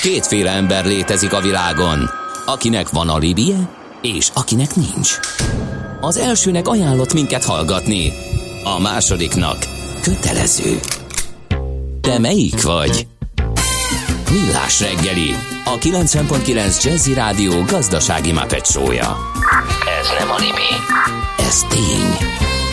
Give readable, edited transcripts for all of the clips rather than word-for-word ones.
Kétféle ember létezik a világon, akinek van alibije, és akinek nincs. Az elsőnek ajánlott minket hallgatni, a másodiknak kötelező. Te melyik vagy? Millás reggeli, a 90.9 Jazzy Rádió gazdasági Muppet show-ja. Ez nem alibi, ez tény.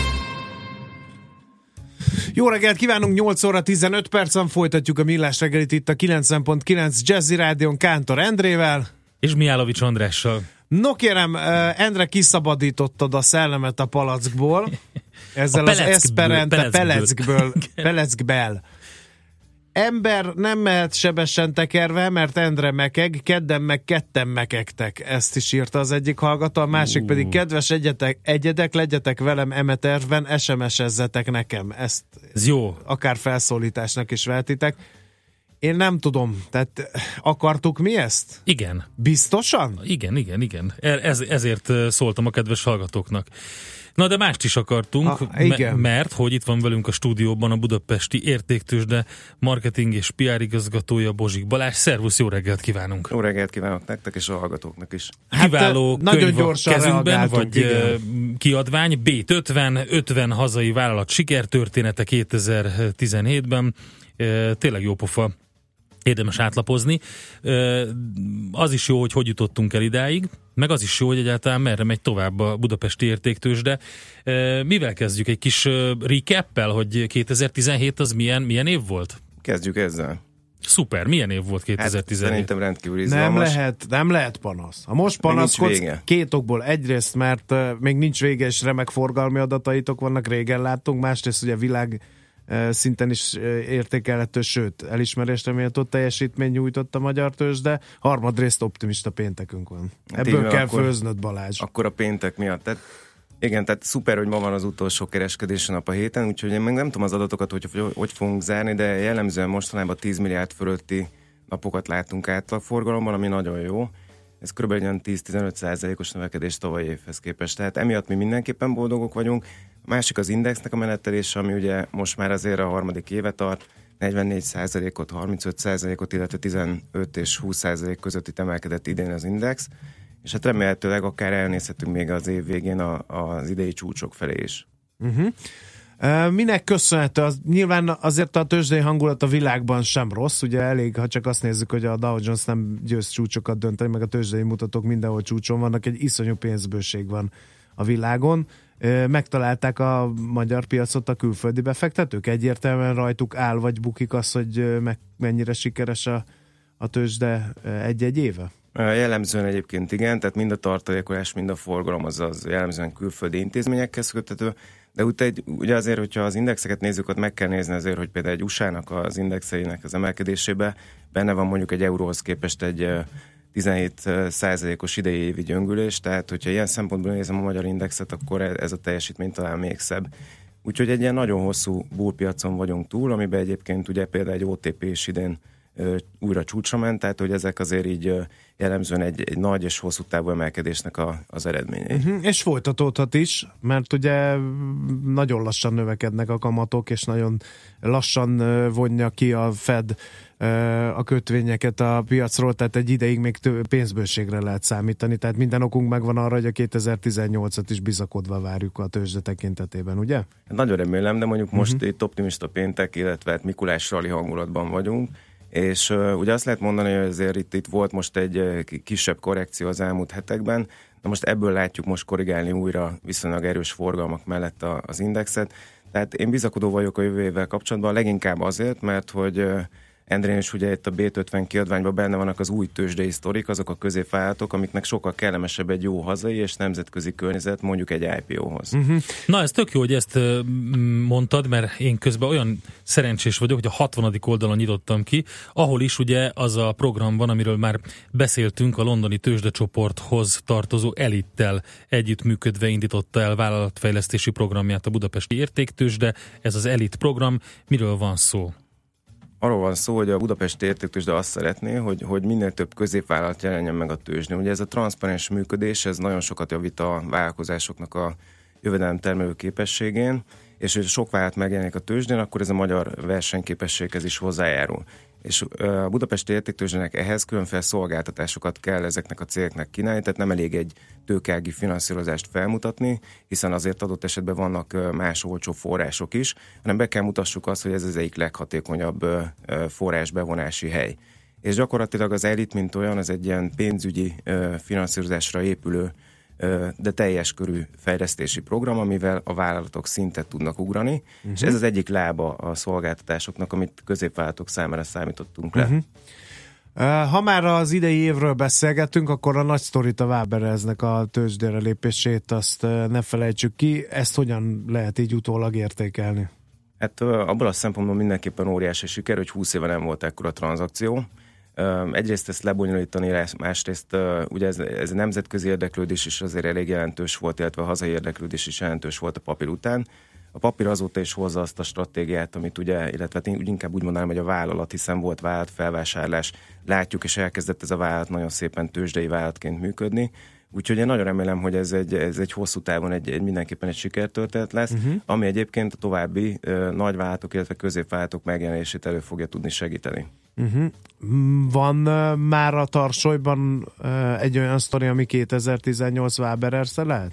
Jó reggelt kívánunk, 8 óra 15 percen folytatjuk a Millás reggelit itt a 90.9 Jazzy Rádión Kántor Endrével. És Mijálovics Andrással. No kérem, Endre, kiszabadítottad a szellemet a palackból. Ezzel az Esperente peleckből. Ember nem mehet sebesen tekerve, mert Endre mekeg, kedden meg ketten mekegtek. Ezt is írta az egyik hallgató, a másik pedig kedves egyedek, legyetek velem emetervben, SMS-ezzetek nekem. Ezt ez jó. Akár felszólításnak is vehetitek. Én nem tudom, tehát akartuk mi ezt? Igen. Biztosan? Igen. Ezért szóltam a kedves hallgatóknak. Na, de mást is akartunk, mert hogy itt van velünk a stúdióban a Budapesti Értéktőzsde marketing és PR igazgatója Bozsik Balázs. Szervusz, jó reggelt kívánunk! Jó reggelt kívánok nektek és a hallgatókban is. Kiváló nagyon gyorsan kezünkben, vagy igen. Kiadvány, B50 hazai vállalat sikertörténete 2017-ben. Tényleg jó pofa. Érdemes átlapozni. Az is jó, hogy jutottunk el idáig, meg az is jó, hogy egyáltalán merre megy tovább a Budapesti Értéktőzsde. Mivel kezdjük? Egy kis recap-el, hogy 2017 az milyen év volt? Kezdjük ezzel. Szuper, milyen év volt 2017? Hát, szerintem rendkívül izgalmas. Nem lehet panasz. Ha most panaszkodsz, két okból. Egyrészt, mert még nincs vége, és remek forgalmi adataitok vannak, régen láttunk. Másrészt ugye világ szinten is értékelhető, sőt, elismerésre méltó teljesítmény nyújtott a magyar tőzsde. Harmadrészt optimista péntekünk van. Hát ebből kell főznöd, Balázs. Akkor a péntek miatt. Tehát szuper, hogy ma van az utolsó kereskedési nap a héten, úgyhogy én meg nem tudom az adatokat, hogy fogunk zárni, de jellemzően mostanában 10 milliárd fölötti napokat látunk átlagforgalomban, ami nagyon jó. Ez kb. 10-15%-os növekedés tavalyi évhez képest. Tehát emiatt mi mindenképpen boldogok vagyunk. A másik az indexnek a menetelése, ami ugye most már azért a harmadik éve tart, 44%-ot, 35%-ot, illetve 15 és 20% között itt emelkedett idén az index, és hát remélhetőleg akár elnézhetünk még az év végén az idei csúcsok felé is. Minek köszönhető? Nyilván azért a tőzsdei hangulat a világban sem rossz, ugye elég, ha csak azt nézzük, hogy a Dow Jones nem győz csúcsokat dönteni, meg a tőzsdei mutatók mindenhol csúcson vannak, egy iszonyú pénzbőség van a világon. Megtalálták a magyar piacot a külföldi befektetők? Egyértelműen rajtuk áll vagy bukik az, hogy mennyire sikeres a tőzsde egy-egy éve? Jellemzően egyébként igen, tehát mind a tartalékolás, mind a forgalom az jellemzően külföldi intézményekhez köthető, de ugye azért, hogyha az indexeket nézzük, ott meg kell nézni azért, hogy például egy USA-nak az indexeinek az emelkedésében benne van mondjuk egy euróhoz képest egy 17%-os idei évi gyöngülés, tehát hogyha ilyen szempontból nézem a magyar indexet, akkor ez a teljesítmény talán még szebb. Úgyhogy egy ilyen nagyon hosszú bullpiacon vagyunk túl, amiben egyébként ugye például egy OTP is idén újra csúcsra ment, tehát hogy ezek azért így jellemzően egy nagy és hosszú távú emelkedésnek az eredményei. És folytatódhat is, mert ugye nagyon lassan növekednek a kamatok, és nagyon lassan vonja ki a Fed a kötvényeket a piacról, tehát egy ideig még pénzbőségre lehet számítani, tehát minden okunk megvan arra, hogy a 2018-at is bizakodva várjuk a tőzsde tekintetében, ugye? Nagyon remélem, de mondjuk most itt optimista péntek, illetve Mikulás rali hangulatban vagyunk, és ugye azt lehet mondani, hogy azért itt volt most egy kisebb korrekció az elmúlt hetekben, de most ebből látjuk most korrigálni újra viszonylag erős forgalmak mellett az indexet. Tehát én bizakodó vagyok a jövő évvel kapcsolatban, leginkább azért, mert hogy Endrén is ugye itt a B50 kiadványban benne vannak az új tőzsdei sztorik, azok a középvállalatok, amiknek sokkal kellemesebb egy jó hazai és nemzetközi környezet, mondjuk egy IPO-hoz. Na, ez tök jó, hogy ezt mondtad, mert én közben olyan szerencsés vagyok, hogy a 60. oldalon nyitottam ki, ahol is ugye az a program van, amiről már beszéltünk, a londoni tőzsdecsoporthoz tartozó Elittel együttműködve indította el vállalatfejlesztési programját a Budapesti Értéktőzsde. Ez az Elit program. Miről van szó? Arról van szó, hogy a Budapesti Értéktőzsde azt szeretné, hogy minél több középvállalat jelenjen meg a tőzsdén. Ugye ez a transzparens működés, ez nagyon sokat javít a vállalkozásoknak a jövedelemtermelő képességén, és hogy sok vállalat megjelenik a tőzsdén, akkor ez a magyar versenyképességhez is hozzájárul. És a budapesti értéktőzsdének ehhez különféle szolgáltatásokat kell ezeknek a cégeknek kínálni, tehát nem elég egy tőkeági finanszírozást felmutatni, hiszen azért adott esetben vannak más olcsó források is, hanem be kell mutassuk azt, hogy ez az egyik leghatékonyabb forrásbevonási hely. És gyakorlatilag az Elit, mint olyan, az egy ilyen pénzügyi finanszírozásra épülő, de teljes körű fejlesztési program, amivel a vállalatok szintet tudnak ugrani, és ez az egyik lába a szolgáltatásoknak, amit középvállalatok számára számítottunk le. Ha már az idei évről beszélgetünk, akkor a nagy sztorit, a Waberers-nek a tőzsdére lépését, azt ne felejtsük ki. Ezt hogyan lehet így utólag értékelni? Hát abból a szempontból mindenképpen óriási siker, hogy 20 éve nem volt ekkora tranzakció. Egyrészt ezt lebonyolítani, másrészt ugye ez a nemzetközi érdeklődés is azért elég jelentős volt, illetve a hazai érdeklődés is jelentős volt a papír után. A papír azóta is hozza azt a stratégiát, amit ugye, illetve inkább úgy mondanám, hogy a vállalat, hiszen volt vállalat felvásárlás, látjuk, és elkezdett ez a vállalat nagyon szépen tőzsdei vállalatként működni. Úgyhogy én nagyon remélem, hogy ez egy hosszú távon mindenképpen egy sikertörténet lesz, ami egyébként a további nagyvállalatok, illetve középvállalatok megjelenését elő fogja tudni segíteni. Van már a tarsolyban egy olyan sztori, ami 2018 Waberers-e lehet?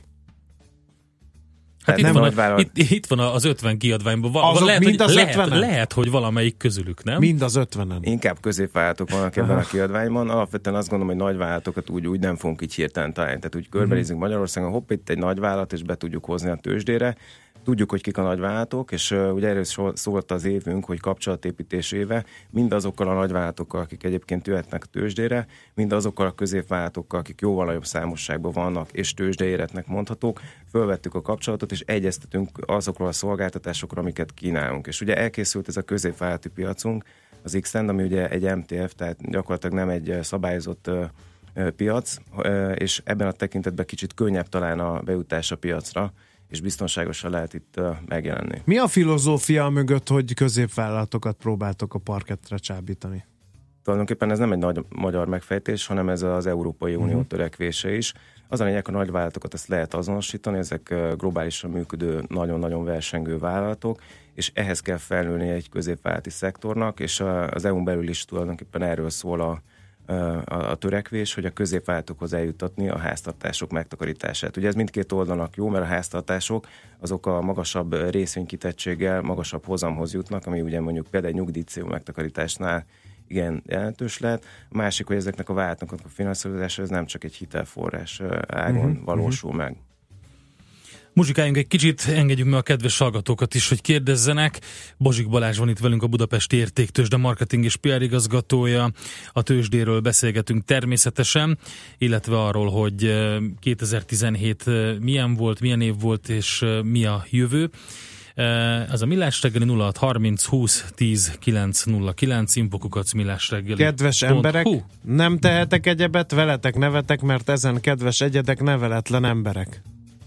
Hát itt van az 50 kiadványban. Lehet, hogy valamelyik közülük, nem? Mind az 50-en. Inkább középvállalatok vannak ebben a kiadványban. Alapvetően azt gondolom, hogy nagyvállalatokat úgy nem fogunk így hirtelen találni. Tehát úgy körbenézünk Magyarországon, hopp, itt egy nagyvállalat, és be tudjuk hozni a tőzsdére. Tudjuk, hogy kik a nagyvállalatok, és ugye erről szólt az évünk, hogy kapcsolatépítés éve, mindazokkal a nagyvállalatokkal, akik egyébként jöhetnek a tőzsdére, mindazokkal a középvállalatokkal, akik jóval nagyobb számosságban vannak, és tőzsdeéretnek mondhatók, fölvettük a kapcsolatot, és egyeztetünk azokról a szolgáltatásokról, amiket kínálunk. És ugye elkészült ez a középvállalati piacunk, az X-Tend, ami ugye egy MTF, tehát gyakorlatilag nem egy szabályozott piac, és ebben a tekintetben kicsit könnyebb talán a bejutás a piacra, és biztonságosan lehet itt megjelenni. Mi a filozófia mögött, hogy középvállalatokat próbáltok a parkettre csábítani? Tulajdonképpen ez nem egy nagy magyar megfejtés, hanem ez az Európai Unió törekvése is. Az a lényeg, a nagyvállalatokat ezt lehet azonosítani, ezek globálisan működő, nagyon-nagyon versengő vállalatok, és ehhez kell felnőni egy középvállalati szektornak, és az EU-n belül is tulajdonképpen erről szól a törekvés, hogy a középvállalatokhoz eljuttatni a háztartások megtakarítását. Ugye ez mindkét oldalnak jó, mert a háztartások azok a magasabb részvénykitettséggel, magasabb hozamhoz jutnak, ami ugye mondjuk például egy nyugdíjcélú megtakarításnál igen jelentős lehet. A másik, hogy ezeknek a vállalatoknak a finanszírozása, ez nem csak egy hitelforrás ágon valósul meg. Muzsikáljunk egy kicsit, engedjük meg a kedves hallgatókat is, hogy kérdezzenek. Bozsik Balázs van itt velünk, a Budapesti Értéktőzsde marketing és PR igazgatója. A tőzsdéről beszélgetünk természetesen, illetve arról, hogy 2017 milyen volt, milyen év volt, és mi a jövő. Az a Millás reggeli 0630 20 10 909 infokukac Millás reggeli. Kedves emberek, nem tehetek egyebet, veletek nevetek, mert ezen kedves egyedek neveletlen emberek.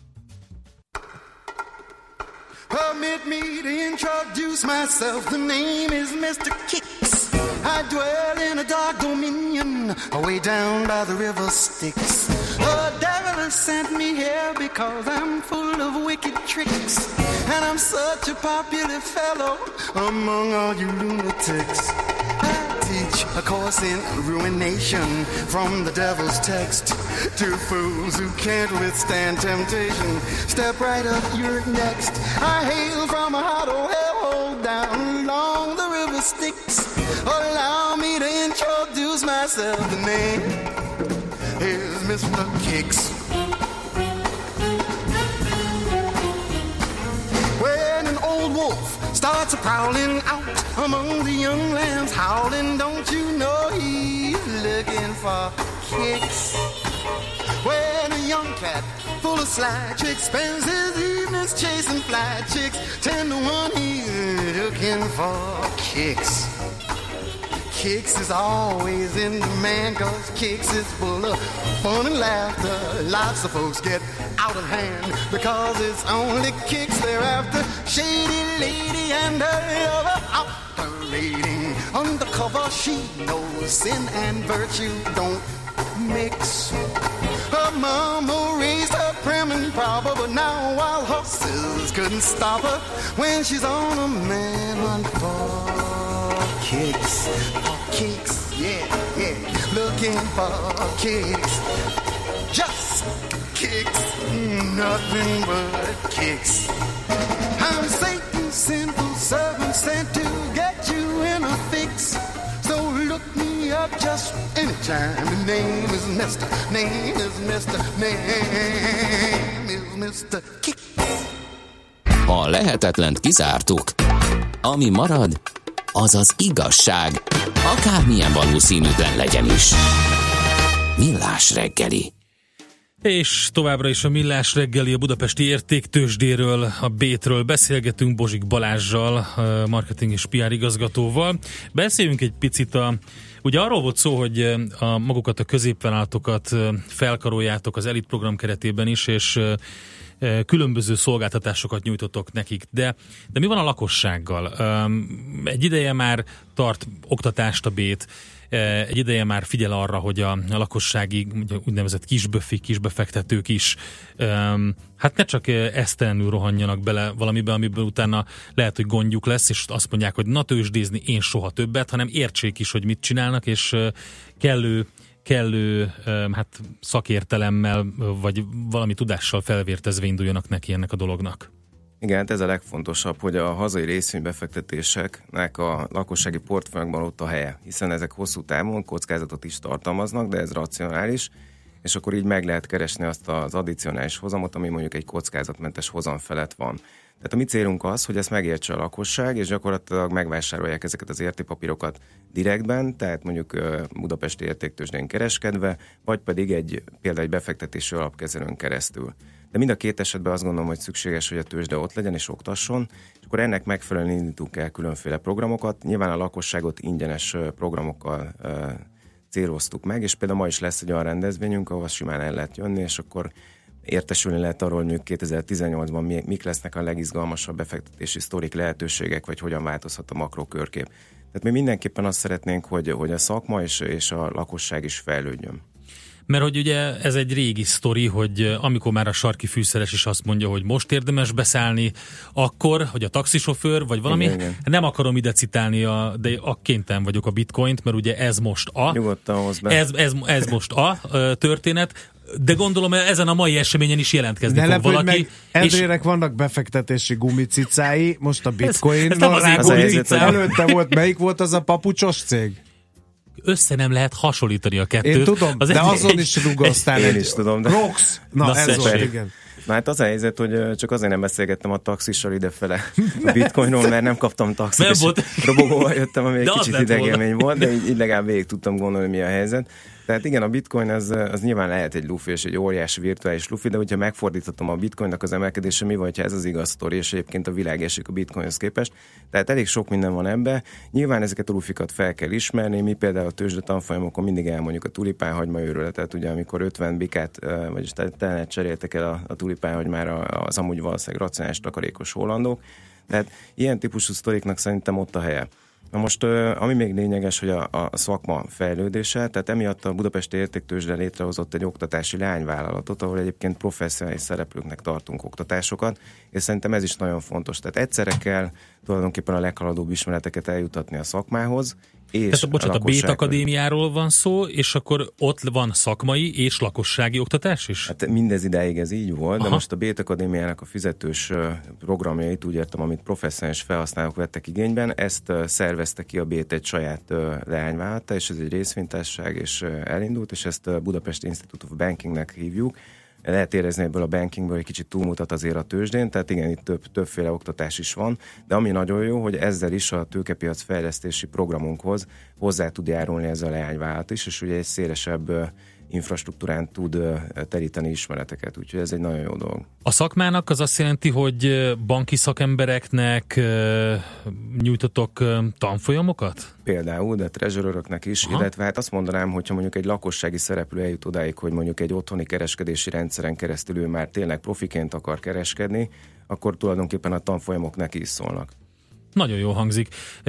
Permit me to introduce myself. The name is Mr. Kicks. I dwell in a dark dominion away down by the river Styx. The devil has sent me here because I'm full of wicked tricks, and I'm such a popular fellow among all you lunatics. Teach a course in ruination from the devil's text to fools who can't withstand temptation. Step right up, you're next. I hail from a hot old hellhole down along the river Styx. Allow me to introduce myself. The name is Mr. Kicks. When an old wolf starts prowling out among the young lambs howling, don't you know he's looking for kicks? When a young cat full of sly tricks spends his evenings chasing fly chicks, 10 to 1 he's looking for kicks. Kicks is always in demand, 'cause Kicks is full of fun and laughter. Lots of folks get out of hand because it's only Kicks they're after. Shady lady and her lover operating undercover. She knows sin and virtue don't mix. Her mama raised her prim and proper, but now wild horses couldn't stop her when she's on a man hunt for kicks, yeah, looking for kicks, just kicks, nothing but kicks. I'm Satan's sinful servant sent to get you in a fix. So look me up just anytime. The name is Mr. Kick. Ha lehetetlent kizártuk, ami marad, az az igazság, akármilyen valószínűtlen legyen is. Millás reggeli. És továbbra is a Millás reggeli, a budapesti értéktőzsdéről, a Bétről beszélgetünk Bozsik Balázssal, marketing és PR igazgatóval. Beszéljünk egy picit ugye arról volt szó, hogy magukat a középvállalatokat felkaroljátok az Elite program keretében is, és különböző szolgáltatásokat nyújtottok nekik. De mi van a lakossággal? Egy ideje már tart oktatást a Bét, egy ideje már figyel arra, hogy a lakossági úgynevezett kisbefektetők is hát ne csak esztelenül rohanjanak bele valamiben, amiből utána lehet, hogy gondjuk lesz, és azt mondják, hogy na tőzsdézni én soha többet, hanem értsék is, hogy mit csinálnak, és kellő hát szakértelemmel, vagy valami tudással felvértezve induljanak neki ennek a dolognak. Igen, hát ez a legfontosabb, hogy a hazai részvénybefektetéseknek a lakossági portfóliókban ott a helye, hiszen ezek hosszú távon kockázatot is tartalmaznak, de ez racionális, és akkor így meg lehet keresni azt az addicionális hozamot, ami mondjuk egy kockázatmentes hozam felett van. Tehát a mi célunk az, hogy ezt megértse a lakosság, és gyakorlatilag megvásárolják ezeket az értékpapírokat direktben, tehát mondjuk budapesti értéktőzsdén kereskedve, vagy pedig például egy befektetési alapkezelőn keresztül. De mind a két esetben azt gondolom, hogy szükséges, hogy a tőzsde ott legyen és oktasson, és akkor ennek megfelelően indítunk el különféle programokat. Nyilván a lakosságot ingyenes programokkal céloztuk meg, és például ma is lesz egy olyan rendezvényünk, ahol simán el lehet jönni, és akkor értesülni lehet arról, hogy 2018-ban mik lesznek a legizgalmasabb befektetési sztorik, lehetőségek, vagy hogyan változhat a makrokörkép. Tehát mi mindenképpen azt szeretnénk, hogy a szakma és a lakosság is fejlődjön. Mert hogy ugye ez egy régi sztori, hogy amikor már a sarki fűszeres is azt mondja, hogy most érdemes beszállni, akkor, hogy a taxisofőr, vagy valami, igen. Nem akarom ide citálni, de kénytelen vagyok a bitcoint, mert ugye ez most Nyugodtan hozz be. Ez most a történet, de gondolom ezen a mai eseményen is jelentkezni fog valaki. Meg Endrérek vannak befektetési gumicicái, most a bitcoin. Ez nem az én gumicicám. Előtte volt, melyik volt az a papucsos cég? Össze nem lehet hasonlítani a kettőt. Én tudom, de azon is rugasztál. Én is tudom. De... Rox! Na ez volt, igen. Na hát az a helyzet, hogy csak azért nem beszélgettem a taxissal idefele a bitcoinról, mert nem kaptam taxit, és robogóval jöttem, ami egy kicsit idegélmény volt, de így legalább végig tudtam gondolni, mi a helyzet. Tehát igen, a bitcoin az nyilván lehet egy lufi és egy óriási virtuális lufi, de hogyha megfordíthatom a bitcoinnak az emelkedése, mi vagy, ha ez az igaz sztori, és egyébként a világ esik a bitcoinhoz képest. Tehát elég sok minden van ebbe. Nyilván ezeket a lufikat fel kell ismerni. Mi például a tőzsde tanfolyamokon mindig elmondjuk a tulipánhagyma őrületet, ugye amikor 50 bikát, vagyis telnet cseréltek el a tulipánhagymára az amúgy valószínűleg racionális takarékos hollandók. Tehát ilyen típusú sztoriknak szerintem ott a helye. Na most, ami még lényeges, hogy a szakma fejlődése, tehát emiatt a Budapesti Értéktőzsde létrehozott egy oktatási leányvállalatot, ahol egyébként professzionális szereplőknek tartunk oktatásokat, és szerintem ez is nagyon fontos. Tehát egyszerre kell tulajdonképpen a leghaladóbb ismereteket eljutatni a szakmához, és tehát a Bét Akadémiáról van szó, és akkor ott van szakmai és lakossági oktatás is? Hát mindez idáig ez így volt, de most a Bét Akadémiának a fizetős programjait, úgy értem, amit professzionális felhasználók vettek igényben, ezt szervezte ki a Bét egy saját leányvállalata, és ez egy részvénytársaság, és elindult, és ezt Budapest Institute of Bankingnek hívjuk. Lehet érezni ebből a bankingből, egy kicsit túlmutat azért a tőzsdén, tehát igen, itt többféle oktatás is van, de ami nagyon jó, hogy ezzel is a tőkepiac fejlesztési programunkhoz hozzá tud járulni ez a leányvállalat is, és ugye egy szélesebb infrastruktúrán tud teríteni ismereteket, úgyhogy ez egy nagyon jó dolog. A szakmának az azt jelenti, hogy banki szakembereknek nyújtotok tanfolyamokat? Például, de treasureröknek is, illetve hát azt mondanám, hogyha mondjuk egy lakossági szereplő eljut odáig, hogy mondjuk egy otthoni kereskedési rendszeren keresztül ő már tényleg profiként akar kereskedni, akkor tulajdonképpen a tanfolyamok neki is szólnak. Nagyon jól hangzik.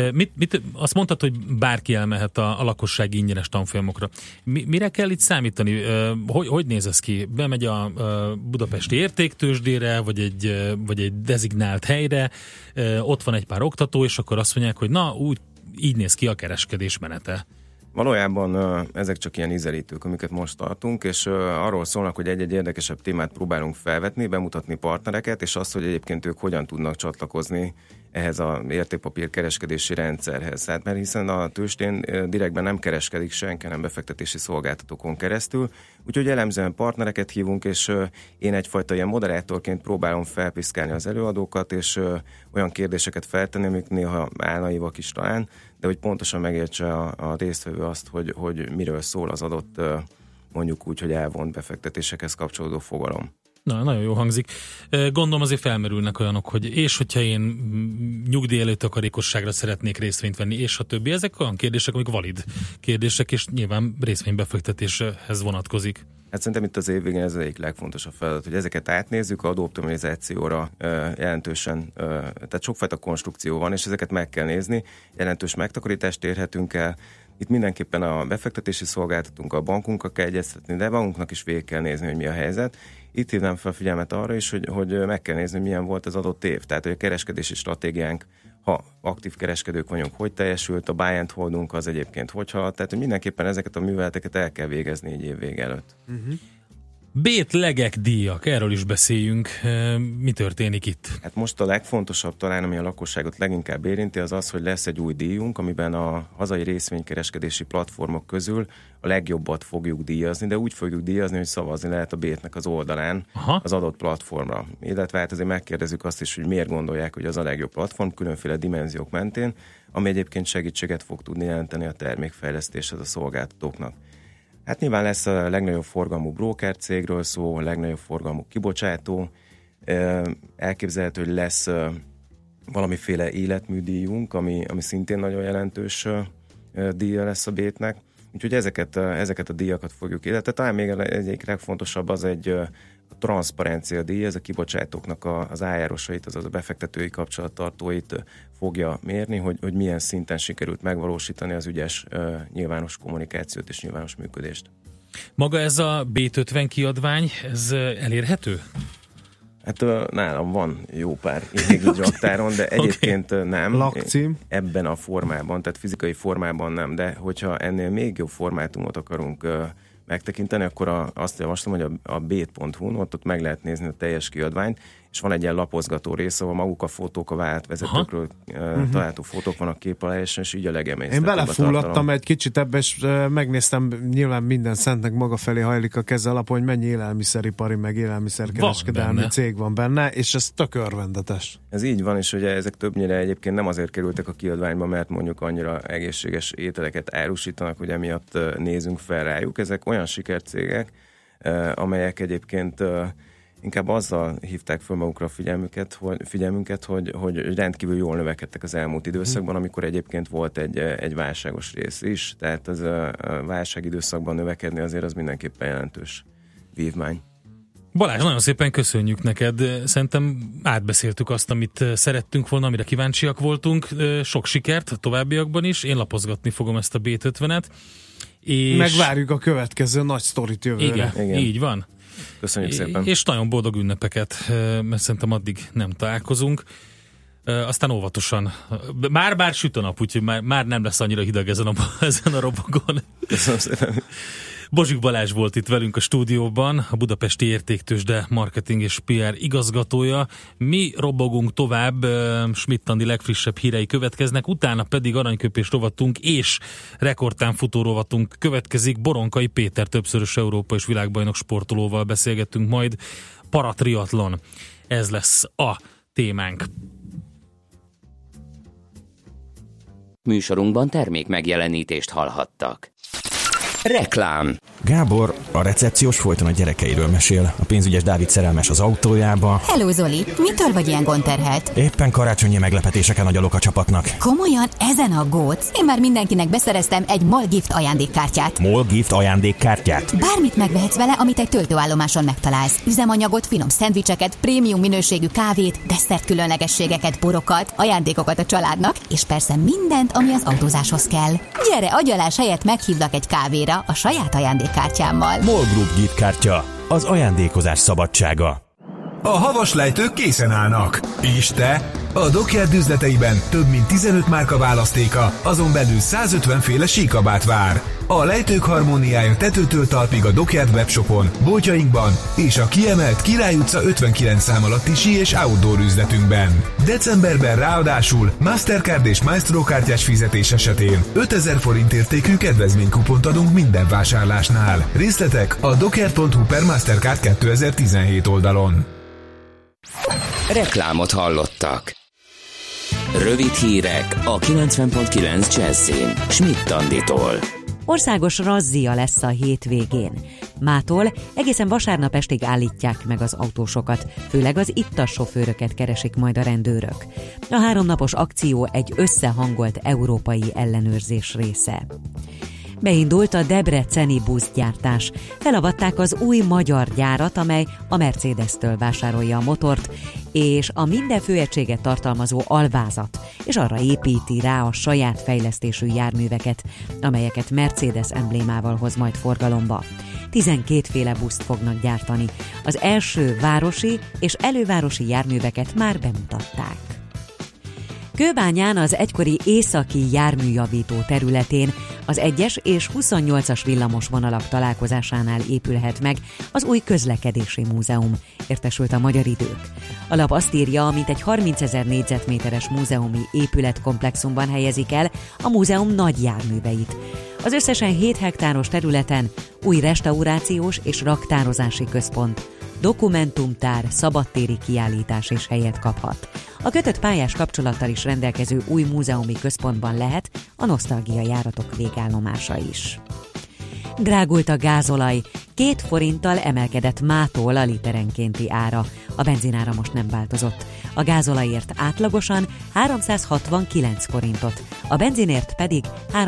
Azt mondtad, hogy bárki elmehet a lakossági ingyenes tanfolyamokra. Mire kell itt számítani? Hogy néz ez ki? Bemegy a budapesti értéktőzsdére, vagy egy dezignált helyre, ott van egy pár oktató, és akkor azt mondják, hogy na, így néz ki a kereskedés menete. Valójában ezek csak ilyen ízelítők, amiket most tartunk, és arról szólnak, hogy egy-egy érdekesebb témát próbálunk felvetni, bemutatni partnereket, és azt, hogy egyébként ők hogyan tudnak csatlakozni ehhez az értékpapír kereskedési rendszerhez. Hát mert hiszen a tőzsdén direktben nem kereskedik senki, nem befektetési szolgáltatókon keresztül, úgyhogy elemzően partnereket hívunk, és én egyfajta ilyen moderátorként próbálom felpiszkálni az előadókat, és olyan kérdéseket feltenni, amik néha álnaivak is talán, de hogy pontosan megértse a résztvevő azt, hogy miről szól az adott, mondjuk úgy, hogy elvont befektetésekhez kapcsolódó fogalom. Na, nagyon jó hangzik. Gondolom azért felmerülnek olyanok, hogy hogyha én nyugdíj előtt takarékosságra szeretnék részvényt venni, és a többi. Ezek olyan kérdések, amik valid kérdések, és nyilván részvénybefektetéshez vonatkozik. Hát szerintem itt az év végén ez az egyik legfontosabb feladat, hogy ezeket átnézzük, adóoptimalizációra jelentősen, tehát sokfajta konstrukció van, és ezeket meg kell nézni, jelentős megtakarítást érhetünk el. Itt mindenképpen a befektetési szolgáltatónk, a bankunkkal kell egyeztetni, de a bankunknak is végig kell nézni, hogy mi a helyzet. Itt hívnám fel a figyelmet arra is, hogy meg kell nézni, hogy milyen volt az adott év. Tehát, hogy a kereskedési stratégiánk, ha aktív kereskedők vagyunk, hogy teljesült, a buy and holdunk az egyébként hogy haladt. Tehát, hogy mindenképpen ezeket a műveleteket el kell végezni egy év vége előtt. Bétlegek, díjak, erről is beszéljünk. Mi történik itt? Hát most a legfontosabb talán, ami a lakosságot leginkább érinti, az az, hogy lesz egy új díjunk, amiben a hazai részvénykereskedési platformok közül a legjobbat fogjuk díjazni, de úgy fogjuk díjazni, hogy szavazni lehet a Bétnek az oldalán az adott platformra. Illetve hát azért megkérdezzük azt is, hogy miért gondolják, hogy az a legjobb platform, különféle dimenziók mentén, ami egyébként segítséget fog tudni jelenteni a termékfejlesztéshez a szolgáltatóknak. Hát nyilván lesz a legnagyobb forgalmú broker cégről szó, a legnagyobb forgalmú kibocsátó. Elképzelhető, hogy lesz valamiféle életműdíjunk, ami szintén nagyon jelentős díja lesz a Bétnek. Úgyhogy ezeket a díjakat fogjuk illetve. Talán még egyik legfontosabb az egy transzparencia díj, ez a kibocsátóknak az ájárosait, azaz a befektetői kapcsolattartóit fogja mérni, hogy milyen szinten sikerült megvalósítani az ügyes nyilvános kommunikációt és nyilvános működést. Maga ez a B50 kiadvány, ez elérhető? Hát nálam van jó pár évig raktáron, de egyébként nem. Lakcím. Ebben a formában, tehát fizikai formában nem, de hogyha ennél még jobb formátumot akarunk megtekinteni, akkor azt javaslom, hogy a bét.hu-n ott meg lehet nézni a teljes kiadványt, és van egy ilyen lapozgató rész, ahol maguk a fotók, a vált vezetőkről található fotók vannak kép alá, és így a legemésztetőbb. Én belefulladtam egy kicsit ebbe, és megnéztem, nyilván minden szentnek maga felé hajlik a keze alapon, hogy mennyi élelmiszeripari, meg élelmiszerkereskedelmi cég van benne, és ez tök örvendetes. Ez így van, és ugye ezek többnyire egyébként nem azért kerültek a kiadványba, mert mondjuk annyira egészséges ételeket árusítanak, hogy emiatt nézünk fel rájuk. Ezek olyan sikercégek, amelyek egyébként inkább azzal hívták föl magukra a figyelmünket, hogy rendkívül jól növekedtek az elmúlt időszakban, amikor egyébként volt egy válságos rész is, tehát az a válságidőszakban növekedni azért az mindenképpen jelentős vívmány. Balázs, nagyon szépen köszönjük neked. Szerintem átbeszéltük azt, amit szerettünk volna, amire kíváncsiak voltunk. Sok sikert a továbbiakban is. Én lapozgatni fogom ezt a B50-et. És megvárjuk a következő nagy sztorit jövőre. Igen, így van. Köszönjük szépen. És nagyon boldog ünnepeket, mert szerintem addig nem találkozunk. Aztán óvatosan. Bár süt a nap, úgyhogy már nem lesz annyira hideg ezen a robogon. Köszönöm szépen. Bozsik Balázs volt itt velünk a stúdióban, a Budapesti Értéktőzsde marketing és PR igazgatója. Mi robogunk tovább, Schmidt Andi legfrissebb hírei következnek, utána pedig aranyköpés rovatunk és rekordtán futó rovatunk következik. Boronkai Péter többszörös Európa és világbajnok sportolóval beszélgettünk majd. Paratriatlon. Ez lesz a témánk. Műsorunkban termék megjelenítést hallhattak. Reklám. Gábor, a recepciós folyton a gyerekeiről mesél. A pénzügyes Dávid szerelmes az autójába. Hello Zoli, mitől vagy ilyen gondterhelt? Éppen karácsonyi meglepetéseken agyalok a csapatnak. Komolyan, ezen aggódsz? Én már mindenkinek beszereztem egy MOL Gift ajándékkártyát. MOL Gift ajándékkártyát? Bármit megvehetsz vele, amit egy töltőállomáson megtalálsz. Üzemanyagot, finom szendvicseket, prémium minőségű kávét, desszert különlegességeket, borokat, ajándékokat a családnak, és persze mindent, ami az autózáshoz kell. Gyere, agyalás helyett meghívlak egy kávéra a saját ajándékkártyámmal. MOL Group Gift kártya. Az ajándékozás szabadsága. A havas lejtők készen állnak. És te? A Dockyard üzleteiben több mint 15 márka választéka, azon belül 150 féle síkabát vár. A lejtők harmóniája tetőtől talpig a Dockyard webshopon, boltjainkban és a kiemelt Király utca 59 szám alatti sí és outdoor üzletünkben. Decemberben ráadásul Mastercard és Maestro kártyás fizetés esetén 5000 forint értékű kedvezménykupont adunk minden vásárlásnál. Részletek a dockyard.hu/Mastercard 2017 oldalon. Reklámot hallottak. Rövid hírek a 90.9 Jazzin Schmidt Anditól. Országos razzia lesz a hétvégén. Mától egészen vasárnap estig állítják meg az autósokat, főleg az ittas sofőröket keresik majd a rendőrök. A 3 napos akció egy összehangolt európai ellenőrzés része. Beindult a debreceni buszgyártás. Felavatták az új magyar gyárat, amely a Mercedes-től vásárolja a motort, és a minden főegységet tartalmazó alvázat, és arra építi rá a saját fejlesztésű járműveket, amelyeket Mercedes emblémával hoz majd forgalomba. 12 féle buszt fognak gyártani. Az első városi és elővárosi járműveket már bemutatták. Kőbányán az egykori északi járműjavító területén az 1-es és 28-as villamos vonalak találkozásánál épülhet meg az új közlekedési múzeum, értesült a Magyar Idők. A lap azt írja, mintegy 30 000 négyzetméteres múzeumi épületkomplexumban helyezik el a múzeum nagy járműveit. Az összesen 7 hektáros területen új restaurációs és raktározási központ, dokumentumtár, szabadtéri kiállítás is helyet kaphat. A kötött pályás kapcsolattal is rendelkező új múzeumi központban lehet a nosztalgia járatok végállomása is. Drágult a gázolaj, 2 forinttal emelkedett mától a literenkénti ára. A benzinára most nem változott. A gázolajért átlagosan 369 forintot, a benzinért pedig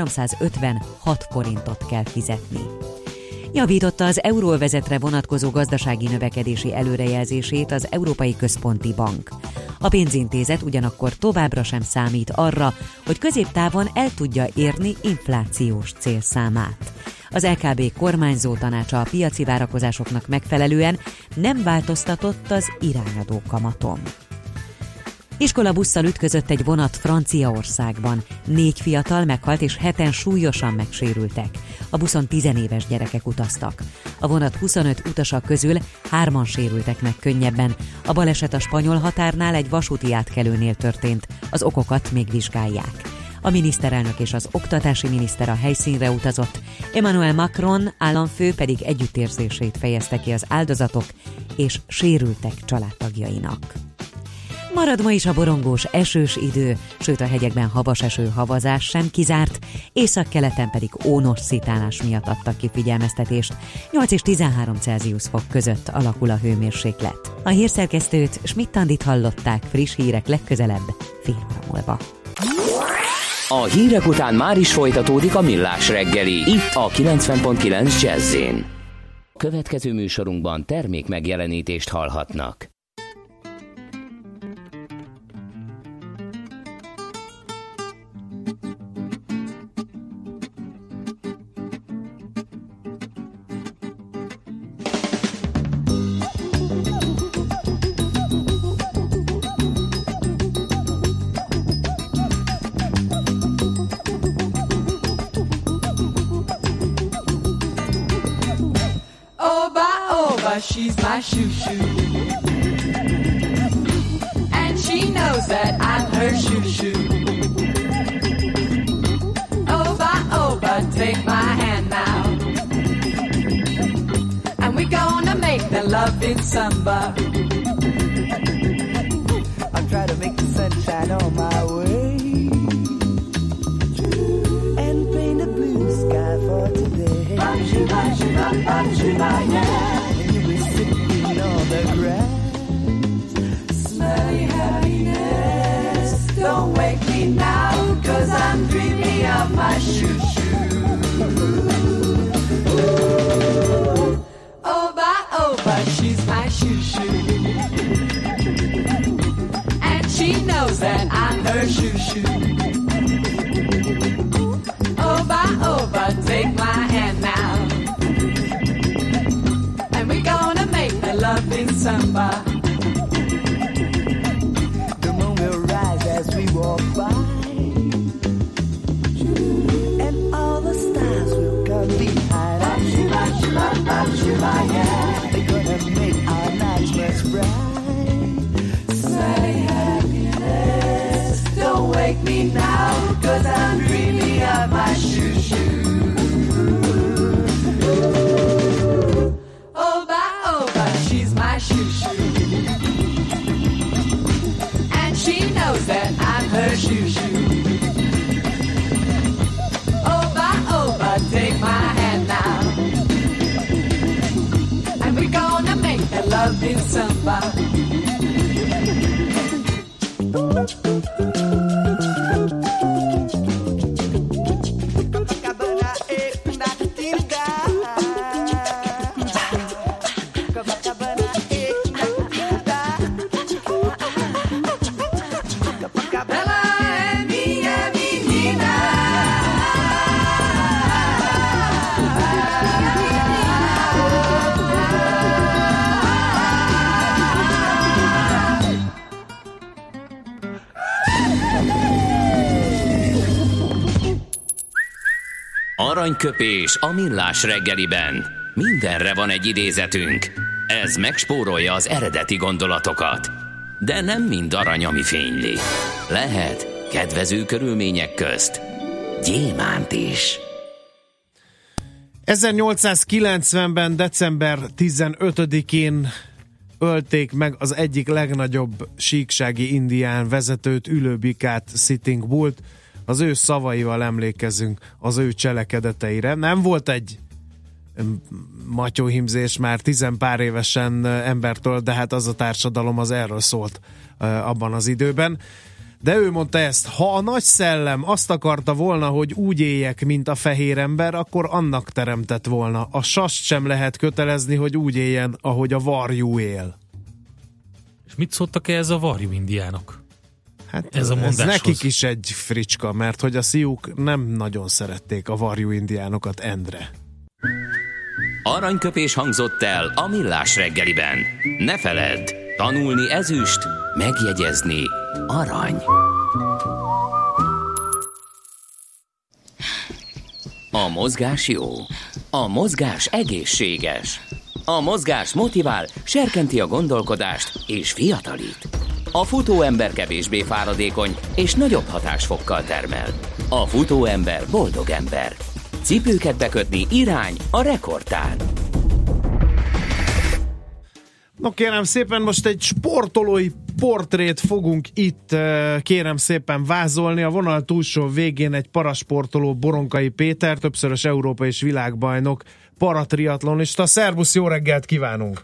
356 forintot kell fizetni. Javította az euróövezetre vonatkozó gazdasági növekedési előrejelzését az Európai Központi Bank. A pénzintézet ugyanakkor továbbra sem számít arra, hogy középtávon el tudja érni inflációs célszámát. Az LKB kormányzó tanácsa a piaci várakozásoknak megfelelően nem változtatott az irányadó kamaton. Iskolabusszal ütközött egy vonat Franciaországban. 4 fiatal meghalt és 7-en súlyosan megsérültek. A buszon 10 éves gyerekek utaztak. A vonat 25 utasa közül 3-an sérültek meg könnyebben. A baleset a spanyol határnál egy vasúti átkelőnél történt. Az okokat még vizsgálják. A miniszterelnök és az oktatási miniszter a helyszínre utazott, Emmanuel Macron államfő pedig együttérzését fejezte ki az áldozatok és sérültek családtagjainak. Marad ma is a borongós, esős idő, sőt a hegyekben havas eső, havazás sem kizárt, északkeleten pedig ónos szitálás miatt adtak ki figyelmeztetést. 8 és 13 Celsius fok között alakul a hőmérséklet. A hírszerkesztőt, Schmidt Andit hallották, friss hírek legközelebb, fél óra múlva. A hírek után már is folytatódik a Millás reggeli, itt a 90.9 Jazz-in. Következő műsorunkban termék megjelenítést hallhatnak. She's my shoo-shoo, and she knows that I'm her shoo-shoo. Over, take my hand now, and we're gonna make the loving samba. I'll try to make the sunshine on my way and paint a blue sky for today. Yeah. Sitting on the grass, smelly happiness. Don't wake me now, 'cause I'm dreaming of my shoo-shoo. Over, she's my shoo-shoo, and she knows that I'm her shoo-shoo. Over, take my hand now, and we're gonna make the loving samba. in samba. Aranyköpés a millás reggeliben. Mindenre van egy idézetünk. Ez megspórolja az eredeti gondolatokat. De nem mind arany, ami fényli. Lehet kedvező körülmények közt gyémánt is. 1890-ben december 15-én ölték meg az egyik legnagyobb síksági indián vezetőt, Ülőbikát, Sitting Bullt. Az ő szavaival emlékezünk az ő cselekedeteire. Nem volt egy matyóhimzés már 10 pár évesen embertől, de hát az a társadalom az erről szólt abban az időben. De ő mondta ezt: ha a nagy szellem azt akarta volna, hogy úgy éljek, mint a fehér ember, akkor annak teremtett volna. A sast sem lehet kötelezni, hogy úgy éljen, ahogy a varjú él. És mit szóltak ehhez a varjú indiánok? Hát ez nekik is egy fricska, mert hogy a szíjuk nem nagyon szerették a varjú indiánokat, Endre. Aranyköpés hangzott el a millás reggeliben. Ne feledd, tanulni ezüst, megjegyezni arany. A mozgás jó, a mozgás egészséges, a mozgás motivál, serkenti a gondolkodást és fiatalít. A futóember kevésbé fáradékony és nagyobb hatásfokkal termel. A futóember boldog ember. Cipőket bekötni irány a rekordtár. No kérem szépen, most egy sportolói portrét fogunk itt kérem szépen vázolni. A vonal túlsó végén egy parasportoló, Boronkai Péter, többszörös Európa és világbajnok, paratriatlonista. Szervusz, jó reggelt kívánunk!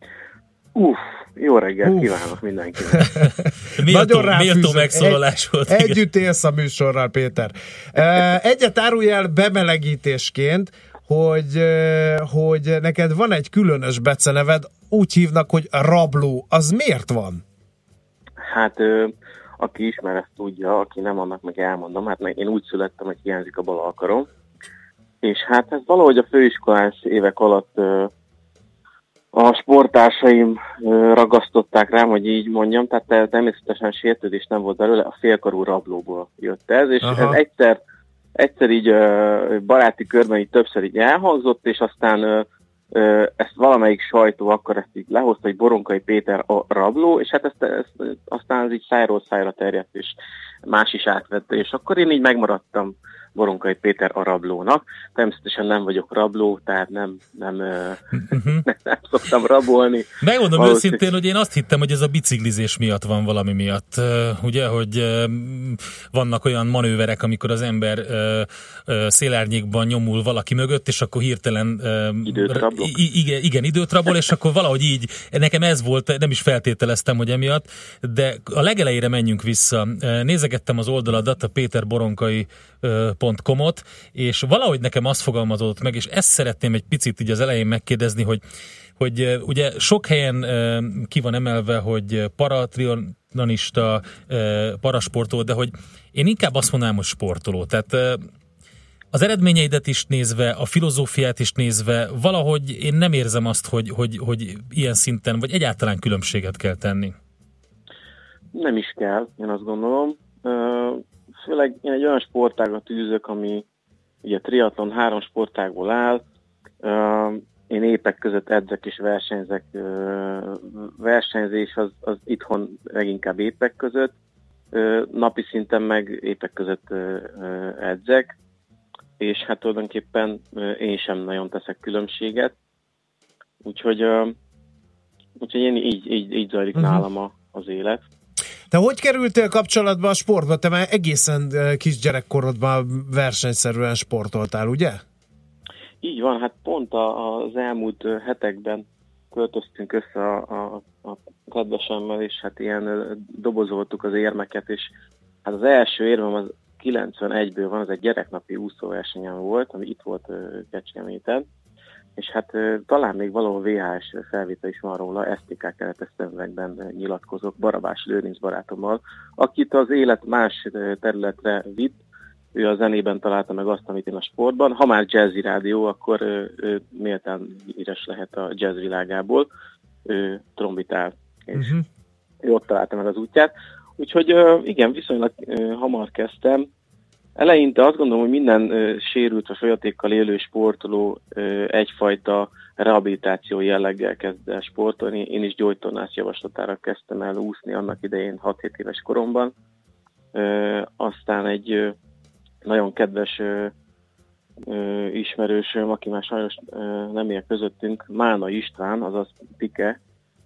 Jó reggelt kívánok mindenkinek! Méltó megszólalás volt. Együtt élsz a műsorral, Péter. Egyet árulj el bemelegítésként, hogy neked van egy különös beceneved, úgy hívnak, hogy Rabló. Az miért van? Hát aki ismer, ezt tudja, aki nem, annak meg elmondom. Hát én úgy születtem, hogy hiányzik a bal alkarom. És hát ez valahogy a főiskolás évek alatt a sporttársaim ragasztották rám, hogy így mondjam, tehát természetesen sértődés nem volt belőle, a félkarú rablóból jött ez, és ez egyszer így baráti körben így többször így elhangzott, és aztán ezt valamelyik sajtó akkor ezt így lehozta, hogy Boronkai Péter a rabló, és hát ezt aztán ez így szájról szájra terjedt, és más is átvette, és akkor én így megmaradtam Boronkai Péter a rablónak. Természetesen nem vagyok rabló, tehát nem szoktam rabolni. Megmondom őszintén, hogy én azt hittem, hogy ez a biciklizés miatt van, valami miatt. Ugye, hogy vannak olyan manőverek, amikor az ember szélárnyékban nyomul valaki mögött, és akkor hirtelen időt rabol, és akkor valahogy így, nekem ez volt, nem is feltételeztem, hogy emiatt, de a legelejére menjünk vissza. Nézegettem az oldaladat, a peterboronkai.com-ot, és valahogy nekem azt fogalmazódott meg, és ezt szeretném egy picit így az elején megkérdezni, hogy ugye sok helyen ki van emelve, hogy paratriatlonista, parasportoló, de hogy én inkább azt mondanám, hogy sportoló. Tehát az eredményeidet is nézve, a filozófiát is nézve, valahogy én nem érzem azt, hogy ilyen szinten, vagy egyáltalán különbséget kell tenni. Nem is kell, én azt gondolom. Főleg én egy olyan sportágat űzök, ami ugye triatlon 3 sportágból áll. Én épek között edzek és versenyzek. Versenyzés az itthon leginkább épek között. Napi szinten meg épek között edzek. És hát tulajdonképpen én sem nagyon teszek különbséget. Úgyhogy én így zajlik nálam az élet. Te hogy kerültél kapcsolatba a sportba? Te már egészen kisgyerekkorodban versenyszerűen sportoltál, ugye? Így van, hát pont az elmúlt hetekben költöztünk össze a kedvesemmel, és hát ilyen dobozoltuk az érmeket, és hát az első érmem az 91-ből van, az egy gyereknapi úszóversenyen volt, ami itt volt Kecskeméten, és hát talán még valahol VHS felvétel is van róla, STK keretes szemüvegben nyilatkozok Barabás Lőrinc barátommal, akit az élet más területre vitt, ő a zenében találta meg azt, amit én a sportban. Ha már jazzy rádió, akkor ő méltán híres lehet a jazz világából. Ő trombitál, és ő ott találta meg az útját. Úgyhogy igen, viszonylag hamar kezdtem. Eleinte azt gondolom, hogy minden sérült vagy folyatékkal élő sportoló egyfajta rehabilitáció jelleggel kezd el sportolni. Én is gyógytornász javaslatára kezdtem el úszni annak idején 6-7 éves koromban. Aztán egy nagyon kedves ismerősöm, aki már sajnos nem él közöttünk, Mána István, azaz Pike,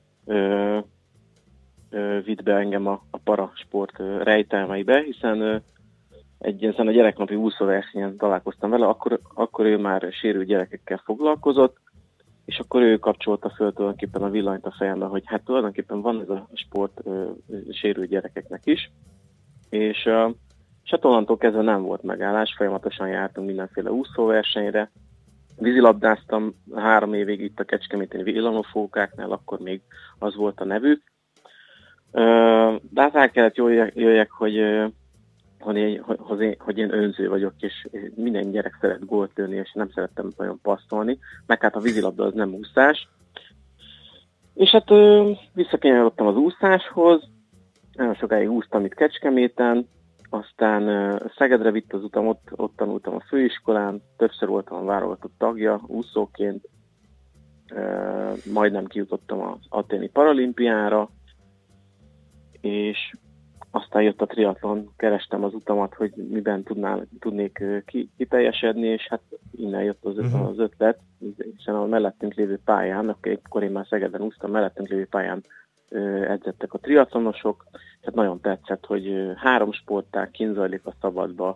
vitt be engem a parasport rejtelmeibe, hiszen ezen a gyereknapi úszóversenyen találkoztam vele, akkor ő már sérült gyerekekkel foglalkozott, és akkor ő kapcsolta föl tulajdonképpen a villanyt a fejembe, hogy hát tulajdonképpen van ez a sport sérült gyerekeknek is, és hát onnantól kezdve nem volt megállás, folyamatosan jártunk mindenféle úszóversenyre, vízilabdáztam 3 évig itt a kecskeméti villanófókáknál, akkor még az volt a nevük. De hát el kellett jöjjek, hogy én önző vagyok, és minden gyerek szeret gólt lőni, és nem szerettem nagyon passzolni, meg hát a vízilabda az nem úszás. És hát visszakanyarodtam az úszáshoz, nagyon sokáig úsztam itt Kecskeméten, aztán Szegedre vitt az utam, ott tanultam a főiskolán, többször voltam a válogatott tagja úszóként, majdnem kijutottam az athéni paralimpiára, és aztán jött a triatlon, kerestem az utamat, hogy miben tudnék kiteljesedni, és hát innen jött az ötlet, hiszen a mellettünk lévő pályán, akkor én már Szegeden úsztam, mellettünk lévő pályán edzettek a triatlonosok, tehát nagyon tetszett, hogy 3 sportág kint zajlik a szabadba,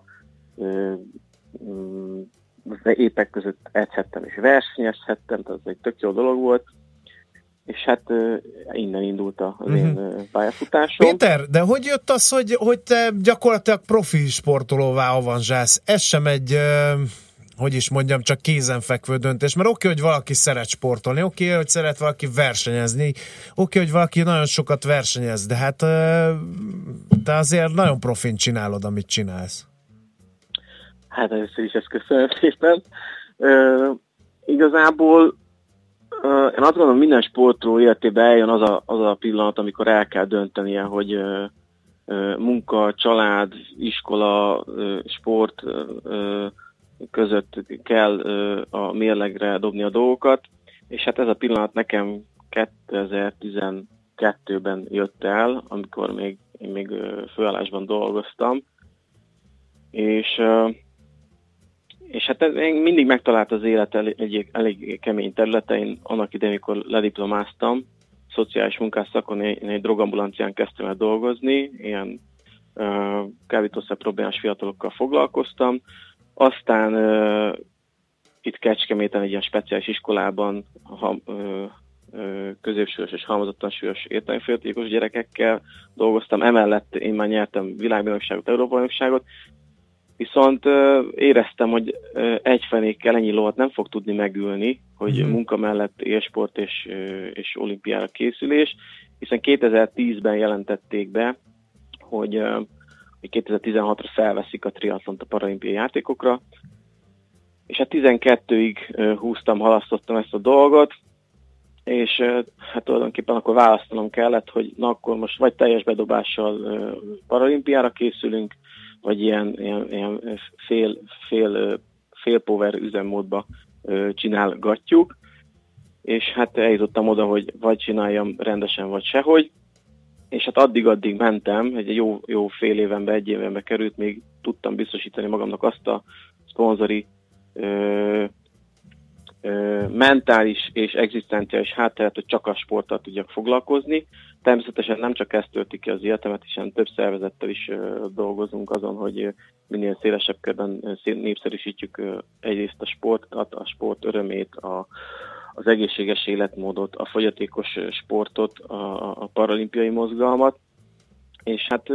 épek között edzhettem és versenyezhettem, tehát ez egy tök jó dolog volt, és hát innen indult az én pályafutásom. Péter, de hogy jött az, hogy te gyakorlatilag profi sportolóvá avanzsálsz? Ez sem egy, hogy is mondjam, csak kézenfekvő döntés, mert oké, hogy valaki szeret sportolni, oké, hogy szeret valaki versenyezni, oké, hogy valaki nagyon sokat versenyez, de hát te azért nagyon profin csinálod, amit csinálsz. Hát először is ezt köszönöm szépen. Igazából én azt gondolom, minden sportoló életében eljön az a pillanat, amikor el kell döntenie, hogy munka, család, iskola, sport között kell a mérlegre dobni a dolgokat, és hát ez a pillanat nekem 2012-ben jött el, amikor én még főállásban dolgoztam, és hát én mindig megtalált az élet elég kemény területein. Annak idején, amikor lediplomáztam, szociális munkás szakon, én egy drogambulancián kezdtem el dolgozni, ilyen kábítószer problémás fiatalokkal foglalkoztam. Aztán itt Kecskeméten egy ilyen speciális iskolában középsúlyos és halmozottan súlyos értelmifogyatkozó gyerekekkel dolgoztam. Emellett én már nyertem világbajnokságot, Európa-bajnokságot, viszont éreztem, hogy egyfenékkel ennyi lovat nem fog tudni megülni, hogy munka mellett élsport és olimpiára készülés, hiszen 2010-ben jelentették be, hogy 2016-ra felveszik a triatlont a paralimpiai játékokra, és hát 12-ig halasztottam ezt a dolgot, és hát tulajdonképpen akkor választanom kellett, hogy na akkor most vagy teljes bedobással paralimpiára készülünk, vagy ilyen fél power üzemmódba csinálgatjuk, és hát eljutottam oda, hogy vagy csináljam rendesen, vagy sehogy, és hát addig mentem, egy jó fél évenbe, 1 évenbe került, még tudtam biztosítani magamnak azt a szponzori mentális és egzisztenciális hátteret, hogy csak a sporttal tudjak foglalkozni. Természetesen nem csak ezt tölti ki az életemet, hiszen több szervezettel is dolgozunk azon, hogy minél szélesebb körben népszerűsítjük egyrészt a sportot, a sport örömét, az egészséges életmódot, a fogyatékos sportot, a paralimpiai mozgalmat, és hát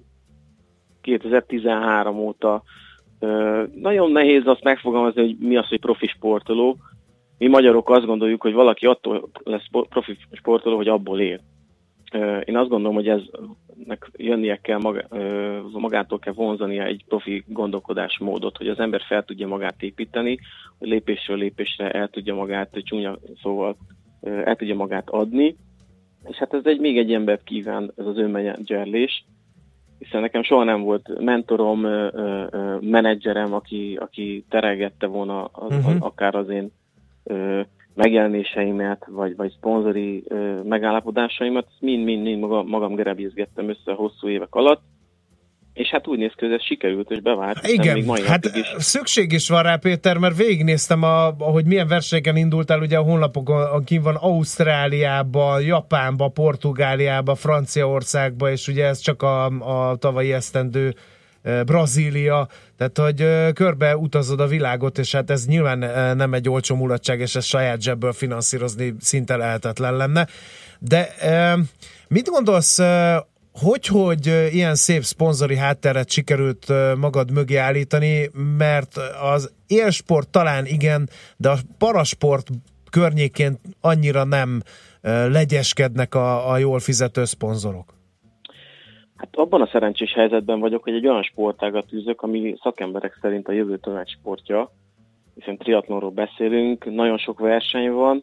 2013 óta nagyon nehéz azt megfogalmazni, hogy mi az, hogy profi sportoló. Mi magyarok azt gondoljuk, hogy valaki attól lesz profi sportoló, hogy abból él. Én azt gondolom, hogy eznek jönnie kell, magától kell vonzania egy profi gondolkodásmódot, hogy az ember fel tudja magát építeni, hogy lépésről lépésre el tudja magát, csúnya szóval el tudja magát adni. És hát ez még egy embert kíván, ez az önmenedzserlés, hiszen nekem soha nem volt mentorom, menedzserem, aki terelgette volna akár az én megjelenéseimet, vagy szponzori megállapodásaimat, mind magam gerebézgettem össze hosszú évek alatt, és hát úgy néz ki, hogy ez sikerült, és bevált. Igen, még mai hát is. szükség is van rá, Péter, mert végignéztem, ahogy milyen versenyeken indultál, ugye a honlapokon kint van Ausztráliába, Japánba, Portugáliába, Franciaországba, és ugye ez csak a tavalyi esztendő Brazília, tehát hogy körbe utazod a világot, és hát ez nyilván nem egy olcsó mulatság, és ezt saját zsebből finanszírozni szinte lehetetlen lenne. De mit gondolsz, hogy ilyen szép szponzori hátteret sikerült magad mögé állítani, mert az élsport talán igen, de a parasport környékén annyira nem legyeskednek a jól fizető szponzorok? Hát abban a szerencsés helyzetben vagyok, hogy egy olyan sportágat űzök, ami szakemberek szerint a jövő tömegsportja, hiszen triatlonról beszélünk, nagyon sok verseny van,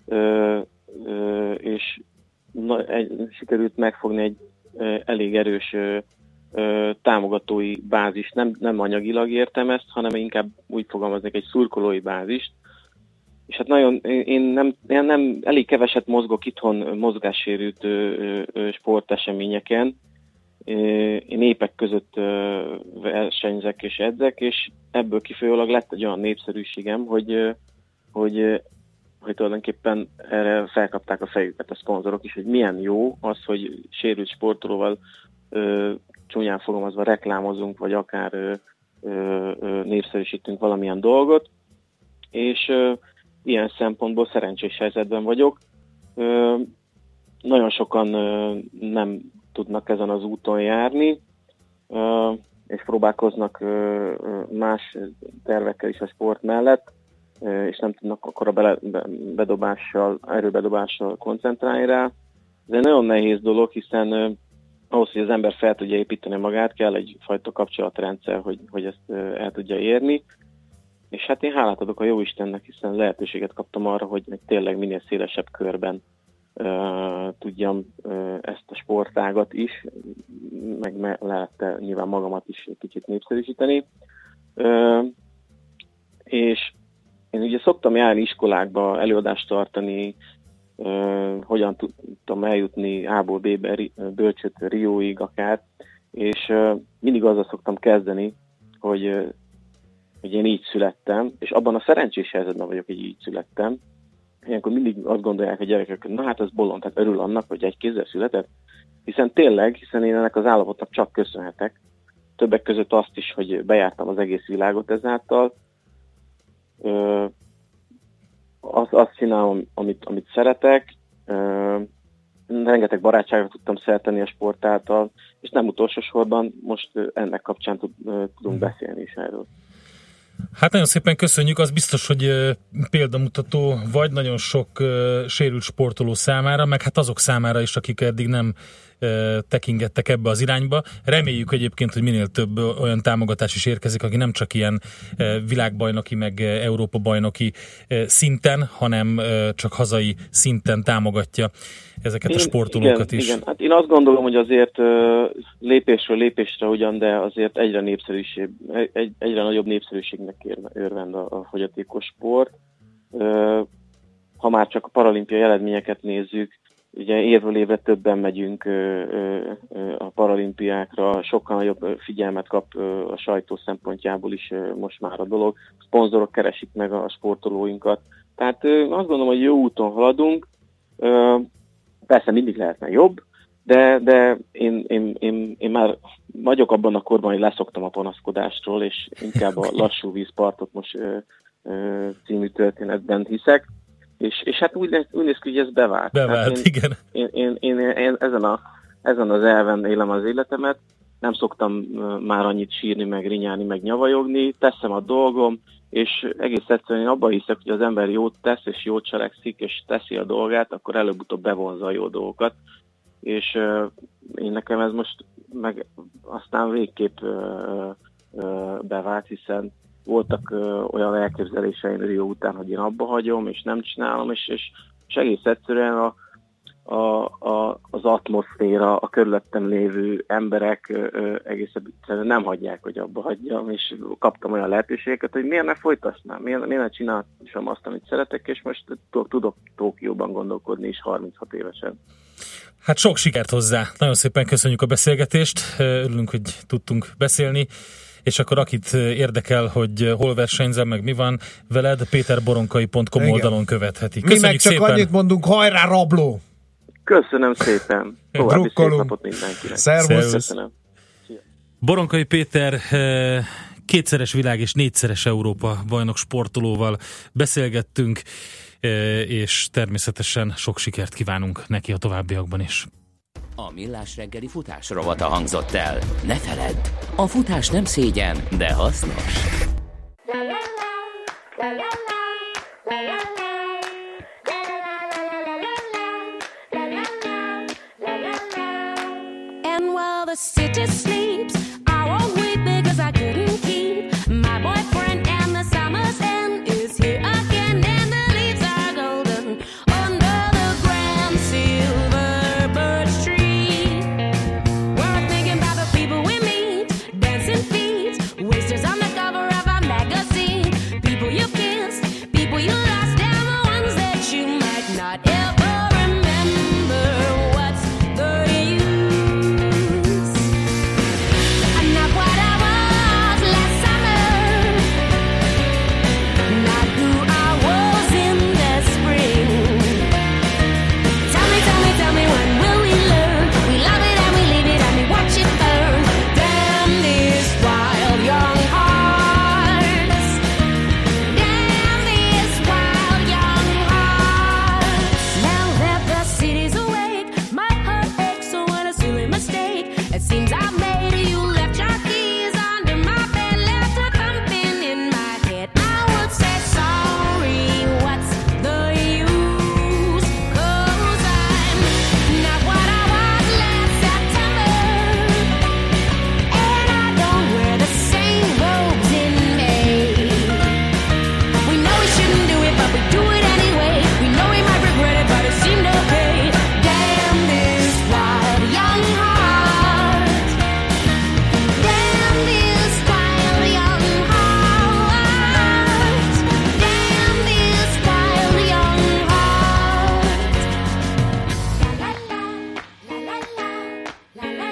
és sikerült megfogni egy elég erős támogatói bázist, nem anyagilag értem ezt, hanem inkább úgy fogalmaznék, egy szurkolói bázist. És hát én nem elég keveset mozgok itthon mozgássérült sporteseményeken. Én népek között versenyzek és edzek, és ebből kifolyólag lett egy olyan népszerűségem, hogy tulajdonképpen erre felkapták a fejüket a szponzorok is, hogy milyen jó az, hogy sérült sportolóval csúnyán fogalmazva reklámozunk, vagy akár népszerűsítünk valamilyen dolgot, és ilyen szempontból szerencsés helyzetben vagyok. Nagyon sokan nem tudnak ezen az úton járni, és próbálkoznak más tervekkel is a sport mellett, és nem tudnak akkora erőbedobással koncentrálni rá. Ez egy nagyon nehéz dolog, hiszen ahhoz, hogy az ember fel tudja építeni magát, kell egyfajta kapcsolatrendszer, hogy ezt el tudja érni. És hát én hálát adok a Jóistennek, hiszen lehetőséget kaptam arra, hogy tényleg minél szélesebb körben tudjam ezt a sportágat is, meg lehetne nyilván magamat is egy kicsit népszerűsíteni. És én ugye szoktam járni iskolákba, előadást tartani, hogyan tudtam eljutni A-ból B-be, Bölcsőtől Rióig akár, és mindig azzal szoktam kezdeni, hogy én így születtem, és abban a szerencsés helyzetben vagyok, hogy így születtem. Ilyenkor mindig azt gondolják a gyerekek, hogy na hát ez bolond, tehát örül annak, hogy egy kézzel született, hiszen én ennek az állapotnak csak köszönhetek. Többek között azt is, hogy bejártam az egész világot ezáltal. Azt csinálom, amit szeretek. Rengeteg barátságot tudtam szerteni a sport által, és nem utolsó sorban most ennek kapcsán tudunk beszélni is erről. Hát nagyon szépen köszönjük, az biztos, hogy példamutató vagy nagyon sok sérült sportoló számára, meg hát azok számára is, akik eddig nem tekingettek ebbe az irányba. Reméljük egyébként, hogy minél több olyan támogatás is érkezik, aki nem csak ilyen világbajnoki, meg Európa-bajnoki szinten, hanem csak hazai szinten támogatja ezeket a sportolókat is. Igen, hát én azt gondolom, hogy azért lépésről lépésre ugyan, de azért egyre nagyobb népszerűségnek örvend a fogyatékos sport. Ha már csak a paralimpiai eredményeket nézzük, ugye évről évre többen megyünk a paralimpiákra, sokkal nagyobb figyelmet kap a sajtó szempontjából is most már a dolog. Szponzorok keresik meg a sportolóinkat. Tehát azt gondolom, hogy jó úton haladunk. Persze mindig lehetne jobb, de én már vagyok abban a korban, hogy leszoktam a panaszkodástól, és inkább a lassú vízpartot most című történetben hiszek. És hát úgy néz ki, hogy ez bevált. Bevált, igen. Én ezen az elven élem az életemet, nem szoktam már annyit sírni, meg rinyálni, meg nyavajogni, teszem a dolgom, és egész egyszerűen én abban hiszek, hogy az ember jót tesz, és jót cselekszik, és teszi a dolgát, akkor előbb-utóbb bevonza a jó dolgokat. És én nekem ez most meg aztán végképp bevált, hiszen voltak olyan elképzeléseim Rio után, hogy én abba hagyom, és nem csinálom, és egész egyszerűen az atmoszféra, a körülöttem lévő emberek egész egyszerűen nem hagyják, hogy abba hagyjam, és kaptam olyan lehetőségeket, hogy miért ne folytatnám, miért ne csináltam azt, amit szeretek, és most tudok Tokióban gondolkodni is 36 évesen. Hát sok sikert hozzá! Nagyon szépen köszönjük a beszélgetést, örülünk, hogy tudtunk beszélni, és akkor akit érdekel, hogy hol versenyzel, meg mi van veled, peterboronkai.com oldalon követheti. Köszönjük mi meg csak szépen. Annyit mondunk, hajrá rabló! Köszönöm szépen! További szép napot mindenkinek! Szervusz! Köszönöm! Boronkai Péter kétszeres világ és négyszeres Európa bajnok sportolóval beszélgettünk, és természetesen sok sikert kívánunk neki a továbbiakban is. A Millás reggeli futás rovata hangzott el. Ne feledd, a futás nem szégyen, de hasznos. And while the city sleeps, I won't weep because I couldn't keep my boyfriend, and the summer's end is here again, and the leaves are golden under the grand silver birch tree. We're thinking about the people we meet, dancing feet, wasters on the cover of a magazine, people you kissed, people you lost, and the ones that you might not ever remember. What's the use? I'm not what I was last summer, not who I was in the spring. Tell me, when will we learn? We love it and we leave it and we watch it burn. Damn these wild young hearts. Damn these wild young hearts. Now that the city's awake, my heart aches so what a silly mistake. It seems I've made. You left your keys under my bed, left a thumping in my head. I would say sorry, what's the use? 'Cause I'm not what I was last September, and I don't wear the same robes in May. We know we shouldn't do it, but we do it anyway. We know we might regret it, but it seemed okay. Damn this wild young heart. Damn this wild young heart. Damn this wild young heart. La la la, la la la, la la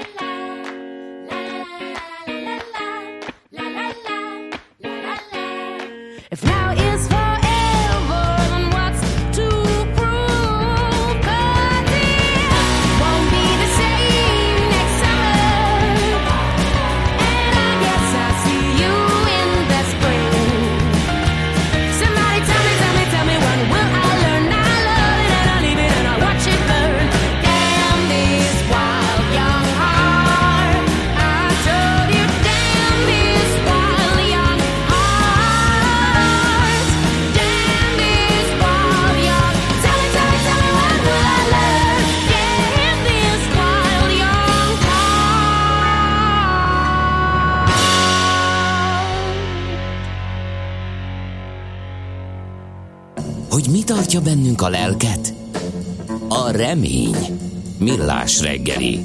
la, la la la, la la la. If now is forever, then what's to prove? 'Cause it won't be the same next summer, and I guess I'll see you in the spring. Somebody tell me when will I learn? I love it and I leave it and I watch it burn. Damn this wild young heart. I told you, damn this wild young heart. Damn this wild young. Tell me when will I learn? Damn this wild young heart. Hogy mi tartja bennünk a lelket? A remény. Millás reggeli.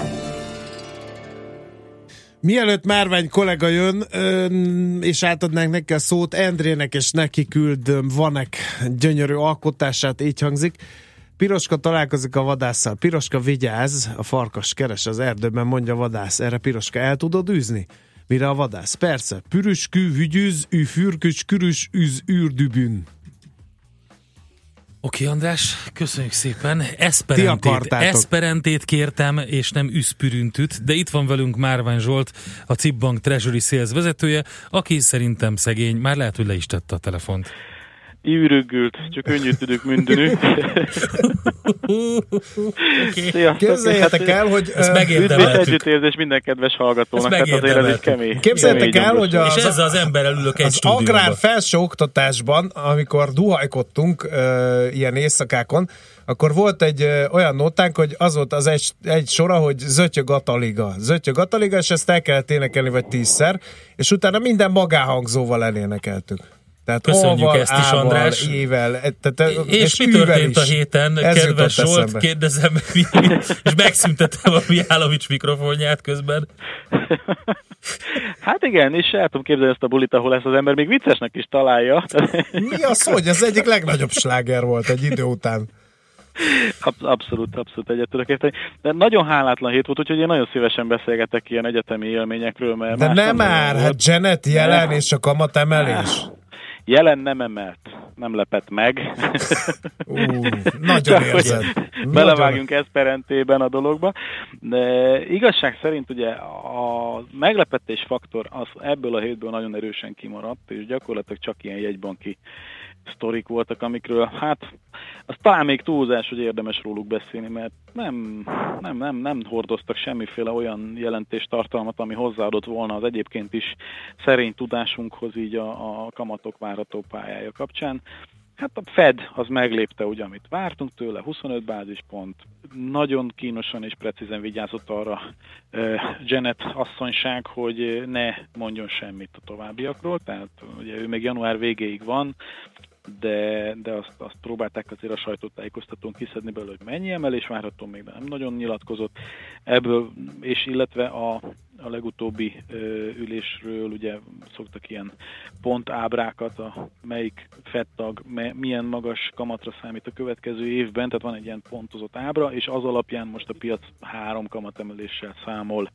Mielőtt Márvány kollega jön, és átadnánk neki a szót, Endrének és neki küldöm Vanek gyönyörű alkotását, így hangzik. Piroska találkozik a vadásszal. Piroska, vigyázz, a farkas keres az erdőben, mondja a vadász. Erre Piroska, el tudod űzni? Mire a vadász? Persze. Pürüskü, hügyűz, fürkücs, kürüs, üz, űrdübün. Oké, András, köszönjük szépen. Ti akartátok. Eszperentét kértem, és nem üszpürüntüt, de itt van velünk Márvány Zsolt, a CIP Bank Treasury Sales vezetője, aki szerintem szegény, már lehet, hogy le is tette a telefont. Űrögült, csak könnyű tudok mindenü. Képzeljétek el, hogy... Üdvés együttérzés minden kedves hallgatónak, tehát azért ez egy kemény. Képzeljétek el, hogy és ezzel az emberrel ülök egy stúdióban. Az agrár felsőoktatásban, amikor duhajkodtunk ilyen éjszakákon, akkor volt egy olyan nótánk, hogy az volt az egy sora, hogy Zötyög Ataliga, és ezt el kellett énekelni vagy 10-szer, és utána minden magáhangzóval elénekeltük. Tehát köszönjük ezt is, András. És mi történt a héten, kedves Zsolt? Kérdezem, és megszüntettem a Mihálovics mikrofonját közben. Hát igen, és el tudom képzelni ezt a bulit, ahol ezt az ember még viccesnek is találja. Mi az, hogy ez egyik legnagyobb sláger volt egy idő után. Abszolút egyet tudok érteni. De nagyon hálátlan hét volt, úgyhogy én nagyon szívesen beszélgetek ilyen egyetemi élményekről. Mert de nem már, hát Janet jelen és a kamatemelés. Jelen nem emelt, nem lepett meg. Nagyon érzed. Belevágjunk eszperentében a dologba. De igazság szerint ugye a meglepetés faktor az ebből a hétből nagyon erősen kimaradt, és gyakorlatilag csak ilyen jegybanki sztorik voltak, amikről hát az talán még túlzás, hogy érdemes róluk beszélni, mert nem hordoztak semmiféle olyan jelentéstartalmat, ami hozzáadott volna az egyébként is szerény tudásunkhoz így a kamatok várható pályája kapcsán. Hát a Fed az meglépte ugye, amit vártunk tőle, 25 bázispont, nagyon kínosan és precízen vigyázott arra Janet asszonyság, hogy ne mondjon semmit a továbbiakról, tehát ugye ő még január végéig van, de azt próbálták azért a sajtótájékoztatón kiszedni belőle, hogy mennyi emelés várható, még nem nagyon nyilatkozott ebből, és illetve a legutóbbi ülésről ugye szoktak ilyen pontábrákat, melyik Fed tag milyen magas kamatra számít a következő évben, tehát van egy ilyen pontozott ábra, és az alapján most a piac 3 kamatemeléssel számol.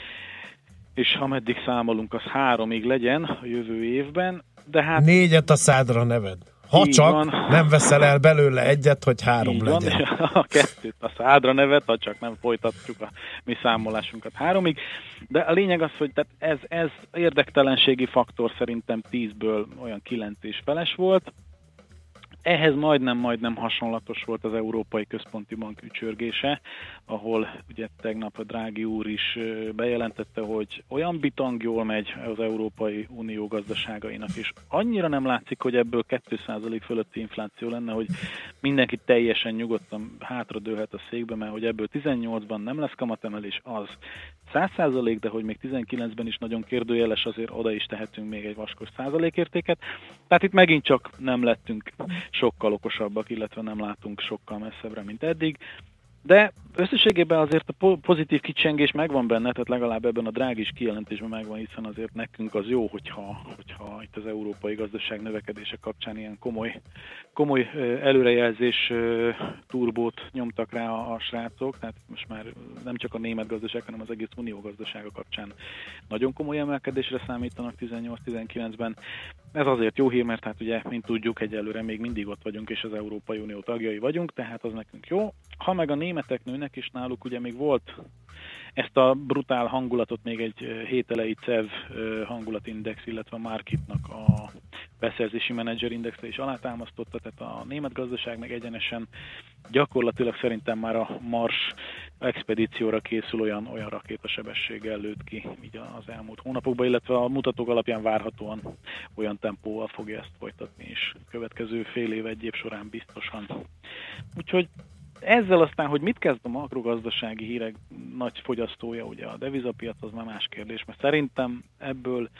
És ameddig számolunk, az 3-ig legyen a jövő évben, de hát... 4-et a szádra neved. Ha csak van. Nem veszel el belőle egyet, hogy 3 így legyen. Van, a 2-t a szádra nevet, ha csak nem folytatjuk a mi számolásunkat 3-ig. De a lényeg az, hogy tehát ez érdektelenségi faktor szerintem 10-ből olyan 9 és feles volt. Ehhez majdnem hasonlatos volt az Európai Központi Bank ücsörgése, ahol ugye tegnap a Drági úr is bejelentette, hogy olyan bitang jól megy az Európai Unió gazdaságainak, és annyira nem látszik, hogy ebből 2% fölötti infláció lenne, hogy mindenki teljesen nyugodtan hátradőlhet a székbe, mert hogy ebből 18-ban nem lesz kamatemelés, az 100%, de hogy még 19-ben is nagyon kérdőjeles, azért oda is tehetünk még egy vaskos százalékértéket. Tehát itt megint csak nem lettünk sokkal okosabbak, illetve nem látunk sokkal messzebbre, mint eddig. De összességében azért a pozitív kicsengés megvan benne, tehát legalább ebben a Drágis kijelentésben megvan, hiszen azért nekünk az jó, hogyha itt az európai gazdaság növekedése kapcsán ilyen komoly előrejelzés turbót nyomtak rá a srácok, tehát most már nem csak a német gazdaság, hanem az egész unió gazdasága kapcsán nagyon komoly emelkedésre számítanak 18-19-ben. Ez azért jó hír, mert hát ugye, mint tudjuk, egyelőre még mindig ott vagyunk, és az Európai Unió tagjai vagyunk, tehát az nekünk jó. Ha meg a németek nőnek, és náluk ugye még volt ezt a brutál hangulatot még egy hét elejé CEV hangulatindex, illetve a Markitnak a beszerzési menedzserindexe is alátámasztotta, tehát a német gazdaság meg egyenesen gyakorlatilag szerintem már a Mars expedícióra készül, olyan rakétasebességgel lőtt ki így az elmúlt hónapokban, illetve a mutatók alapján várhatóan olyan tempóval fogja ezt folytatni, és következő fél év, egy év során biztosan. Úgyhogy ezzel aztán, hogy mit kezd a makrogazdasági hírek nagy fogyasztója, ugye a devizapiac, az már más kérdés, mert szerintem ebből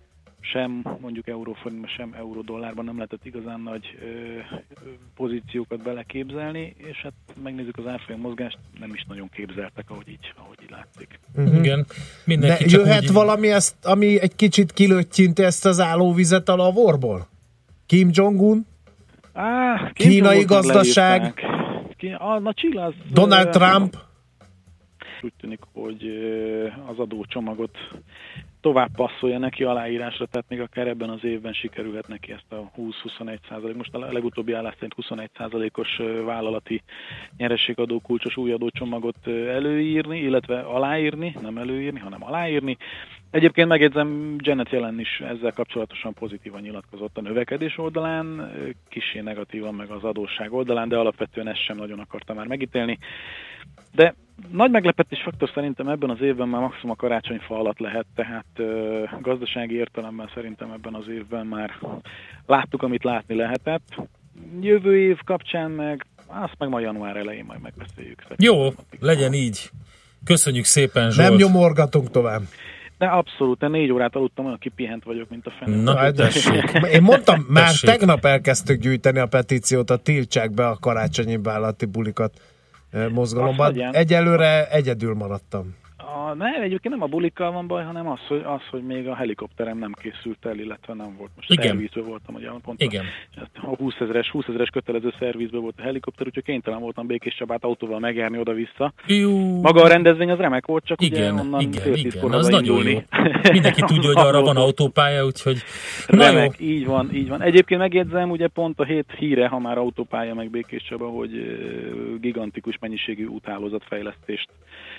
sem mondjuk euróforintban, sem euródollárban nem lehetett igazán nagy pozíciókat beleképzelni, és hát megnézzük az árfolyam mozgást, nem is nagyon képzeltek, ahogy így látszik. Igen. De jöhet valami, ami egy kicsit kilöttyinti ezt az állóvizet a lavorból? Kim Jong-un? Kínai gazdaság? Donald Trump? Úgy tűnik, hogy az adócsomagot tovább passzolja neki aláírásra, tehát még akár ebben az évben sikerülhet neki ezt a 20-21%, most a legutóbbi állás szerint 21%-os vállalati nyerességadó kulcsos új adócsomagot előírni, illetve aláírni, nem előírni, hanem aláírni, Egyébként megjegyzem, Janet Yellen is ezzel kapcsolatosan pozitívan nyilatkozott a növekedés oldalán, kissé negatívan meg az adósság oldalán, de alapvetően ezt sem nagyon akarta már megítélni. De nagy meglepetés faktor szerintem ebben az évben már maximum a karácsonyfa alatt lehet, tehát gazdasági értelemben szerintem ebben az évben már láttuk, amit látni lehetett. Jövő év kapcsán meg, azt meg ma január elején majd megbeszéljük. Jó, legyen így. Köszönjük szépen, Zsolt. Nem nyomorgatunk tovább. De abszolút, én 4 órát aludtam, olyan kipihent vagyok, mint a fene. Na, én mondtam, már tegnap elkezdtük gyűjteni a petíciót, a tiltsák be a karácsonyi vállalati bulikat mozgalomban. Egyelőre egyedül maradtam. Egyébként nem a bulikkal van baj, hanem az, hogy még a helikopterem nem készült el, illetve nem volt. Most szervizből voltam, ugye pont a 20 ezeres kötelező szervizből volt a helikopter, úgyhogy kénytelen voltam Békés Csabát autóval megjárni oda-vissza. Maga a rendezvény az remek volt, csak ugye onnan fél 10-kor az nagyon jó. Mindenki tudja, hogy arra van autópálya, úgyhogy remek, így van. Egyébként megjegyzem, ugye pont a hét híre, ha már autópálya meg Békés Csaba, hogy gigantikus mennyiségű úthálózatfejlesztést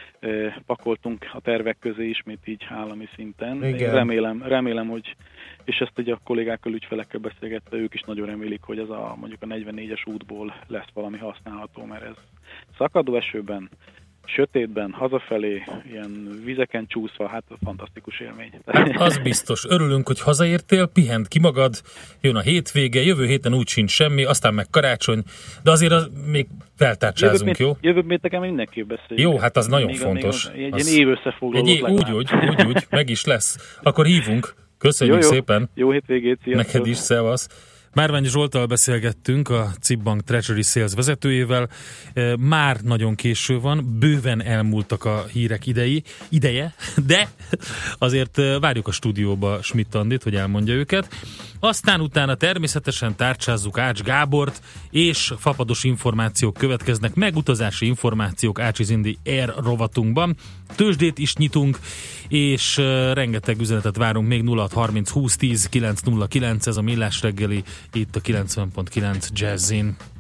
pakoltunk a tervek közé ismét így állami szinten. Én remélem, hogy, és ezt ugye a kollégákkal, ügyfelekkel beszélgetve, ők is nagyon remélik, hogy ez mondjuk a 44-es útból lesz valami használható, mert ez szakadó esőben, sötétben, hazafelé, ilyen vizeken csúszva, hát fantasztikus élmény. Az biztos. Örülünk, hogy hazaértél, pihent ki magad, jön a hétvége, jövő héten úgy sincs semmi, aztán meg karácsony, de azért még feltárcsázunk, jó? Jövő pénteken mindenképp beszéljük. Jó, hát az nagyon fontos. Egy év összefoglalót úgy, meg is lesz. Akkor hívunk. Köszönjük szépen. Jó hétvégét, sziasztok. Neked is, szevasz. Márványi Zsolttal beszélgettünk, a CIP Bank Treasury Sales vezetőjével. Már nagyon késő van, bőven elmúltak a hírek ideje, de azért várjuk a stúdióba Schmidt Andit, hogy elmondja őket. Aztán utána természetesen tárcsázzuk Ács Gábort, és fapados információk következnek, meg utazási információk Ácsiz Indi Air rovatunkban. Tőzsdét is nyitunk, és rengeteg üzenetet várunk még 0630 20 10 909, ez a Millás reggeli, itt a 90.9 Jazzin.